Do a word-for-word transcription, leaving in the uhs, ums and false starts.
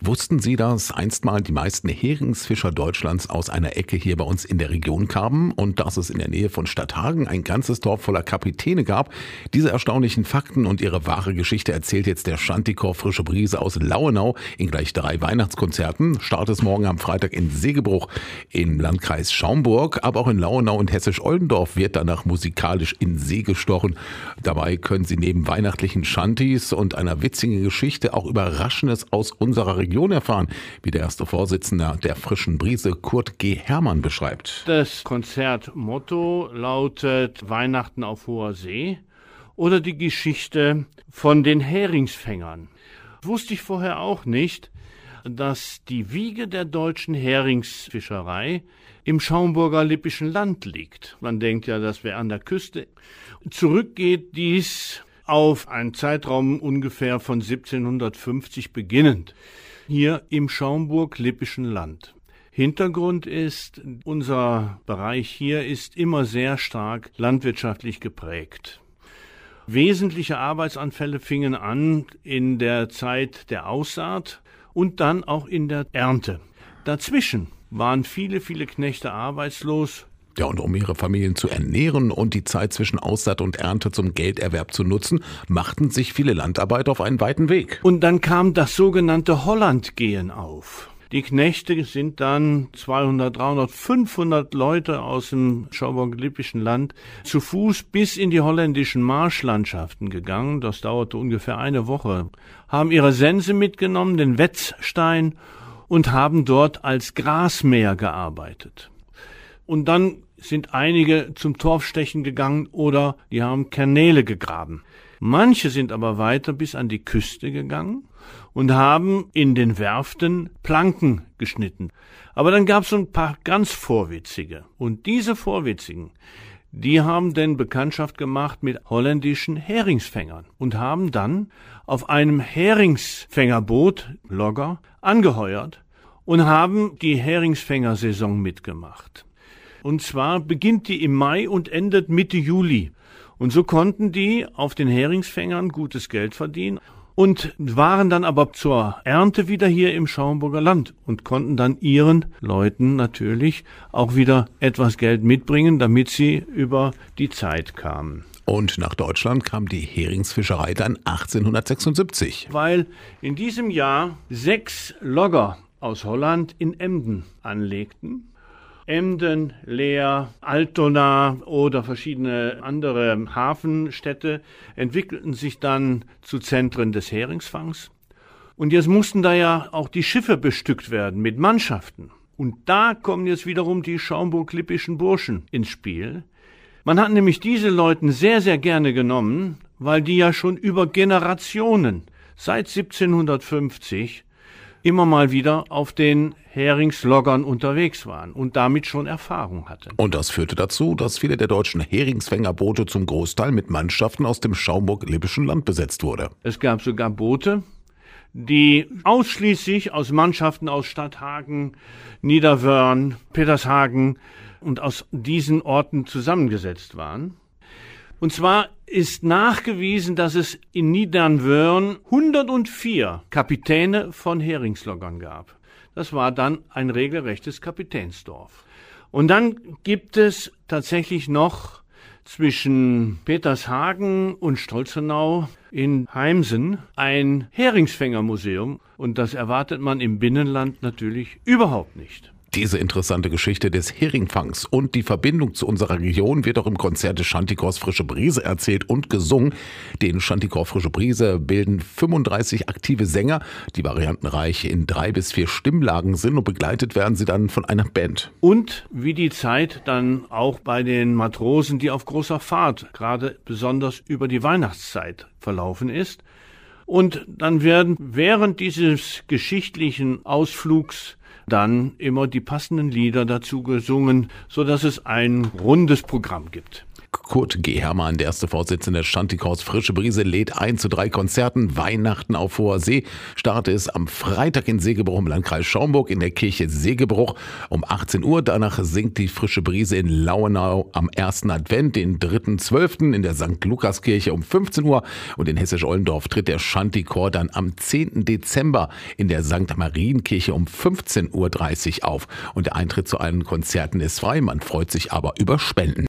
Wussten Sie, dass einstmal die meisten Heringsfischer Deutschlands aus einer Ecke hier bei uns in der Region kamen und dass es in der Nähe von Stadthagen ein ganzes Dorf voller Kapitäne gab? Diese erstaunlichen Fakten und ihre wahre Geschichte erzählt jetzt der Shantychor Frische Brise aus Lauenau in gleich drei Weihnachtskonzerten. Start ist morgen am Freitag in Segebruch im Landkreis Schaumburg, aber auch in Lauenau und Hessisch-Oldendorf wird danach musikalisch in See gestochen. Dabei können Sie neben weihnachtlichen Shantys und einer witzigen Geschichte auch Überraschendes aus unserer Region erfahren, wie der erste Vorsitzende der Frischen Brise, Kurt G. Hermann, beschreibt. Das Konzertmotto lautet Weihnachten auf hoher See oder die Geschichte von den Heringsfängern. Wusste ich vorher auch nicht, dass die Wiege der deutschen Heringsfischerei im Schaumburger Lippischen Land liegt. Man denkt ja, das wäre an der Küste. Zurück geht dies auf einen Zeitraum ungefähr von siebzehnhundertfünfzig beginnend, hier im Schaumburg-Lippischen Land. Hintergrund ist, unser Bereich hier ist immer sehr stark landwirtschaftlich geprägt. Wesentliche Arbeitsanfälle fingen an in der Zeit der Aussaat und dann auch in der Ernte. Dazwischen waren viele, viele Knechte arbeitslos. Ja, und um ihre Familien zu ernähren und die Zeit zwischen Aussaat und Ernte zum Gelderwerb zu nutzen, machten sich viele Landarbeiter auf einen weiten Weg. Und dann kam das sogenannte Hollandgehen auf. Die Knechte sind dann zweihundert, dreihundert, fünfhundert Leute aus dem Schaumburg-Lippischen Land zu Fuß bis in die holländischen Marschlandschaften gegangen. Das dauerte ungefähr eine Woche. Haben ihre Sense mitgenommen, den Wetzstein, und haben dort als Grasmäher gearbeitet. Und dann sind einige zum Torfstechen gegangen oder die haben Kanäle gegraben. Manche sind aber weiter bis an die Küste gegangen und haben in den Werften Planken geschnitten. Aber dann gab es so ein paar ganz Vorwitzige. Und diese Vorwitzigen, die haben dann Bekanntschaft gemacht mit holländischen Heringsfängern und haben dann auf einem Heringsfängerboot, Logger, angeheuert und haben die Heringsfängersaison mitgemacht. Und zwar beginnt die im Mai und endet Mitte Juli. Und so konnten die auf den Heringsfängern gutes Geld verdienen und waren dann aber zur Ernte wieder hier im Schaumburger Land und konnten dann ihren Leuten natürlich auch wieder etwas Geld mitbringen, damit sie über die Zeit kamen. Und nach Deutschland kam die Heringsfischerei dann achtzehnhundertsechsundsiebzig. Weil in diesem Jahr sechs Logger aus Holland in Emden anlegten. Emden, Leer, Altona oder verschiedene andere Hafenstädte entwickelten sich dann zu Zentren des Heringsfangs. Und jetzt mussten da ja auch die Schiffe bestückt werden mit Mannschaften. Und da kommen jetzt wiederum die Schaumburg-Lippischen Burschen ins Spiel. Man hat nämlich diese Leute sehr, sehr gerne genommen, weil die ja schon über Generationen, seit siebzehnhundertfünfzig, immer mal wieder auf den Heringsloggern unterwegs waren und damit schon Erfahrung hatten. Und das führte dazu, dass viele der deutschen Heringsfängerboote zum Großteil mit Mannschaften aus dem Schaumburg-Lippischen Land besetzt wurde. Es gab sogar Boote, die ausschließlich aus Mannschaften aus Stadthagen, Niederwörn, Petershagen und aus diesen Orten zusammengesetzt waren. Und zwar ist nachgewiesen, dass es in Niedernwörn hundertvier Kapitäne von Heringsloggern gab. Das war dann ein regelrechtes Kapitänsdorf. Und dann gibt es tatsächlich noch zwischen Petershagen und Stolzenau in Heimsen ein Heringsfängermuseum. Und das erwartet man im Binnenland natürlich überhaupt nicht. Diese interessante Geschichte des Heringfangs und die Verbindung zu unserer Region wird auch im Konzert des Shantychors Frische Brise erzählt und gesungen. Den Shantychor Frische Brise bilden fünfunddreißig aktive Sänger, die variantenreich in drei bis vier Stimmlagen sind, und begleitet werden sie dann von einer Band. Und wie die Zeit dann auch bei den Matrosen, die auf großer Fahrt, gerade besonders über die Weihnachtszeit verlaufen ist. Und dann werden während dieses geschichtlichen Ausflugs dann immer die passenden Lieder dazu gesungen, so dass es ein rundes Programm gibt. Kurt G. Hermann, der erste Vorsitzende des Chantichors Frische Brise, lädt ein zu drei Konzerten. Weihnachten auf hoher See. Start ist am Freitag in Segebruch im Landkreis Schaumburg in der Kirche Segebruch um achtzehn Uhr. Danach singt die Frische Brise in Lauenau am ersten Advent, den dritten zwölften in der Sankt Lukas-Kirche um fünfzehn Uhr. Und in Hessisch-Ollendorf tritt der Chantichor dann am zehnten Dezember in der Sankt Marienkirche um fünfzehn Uhr dreißig auf. Und der Eintritt zu allen Konzerten ist frei. Man freut sich aber über Spenden.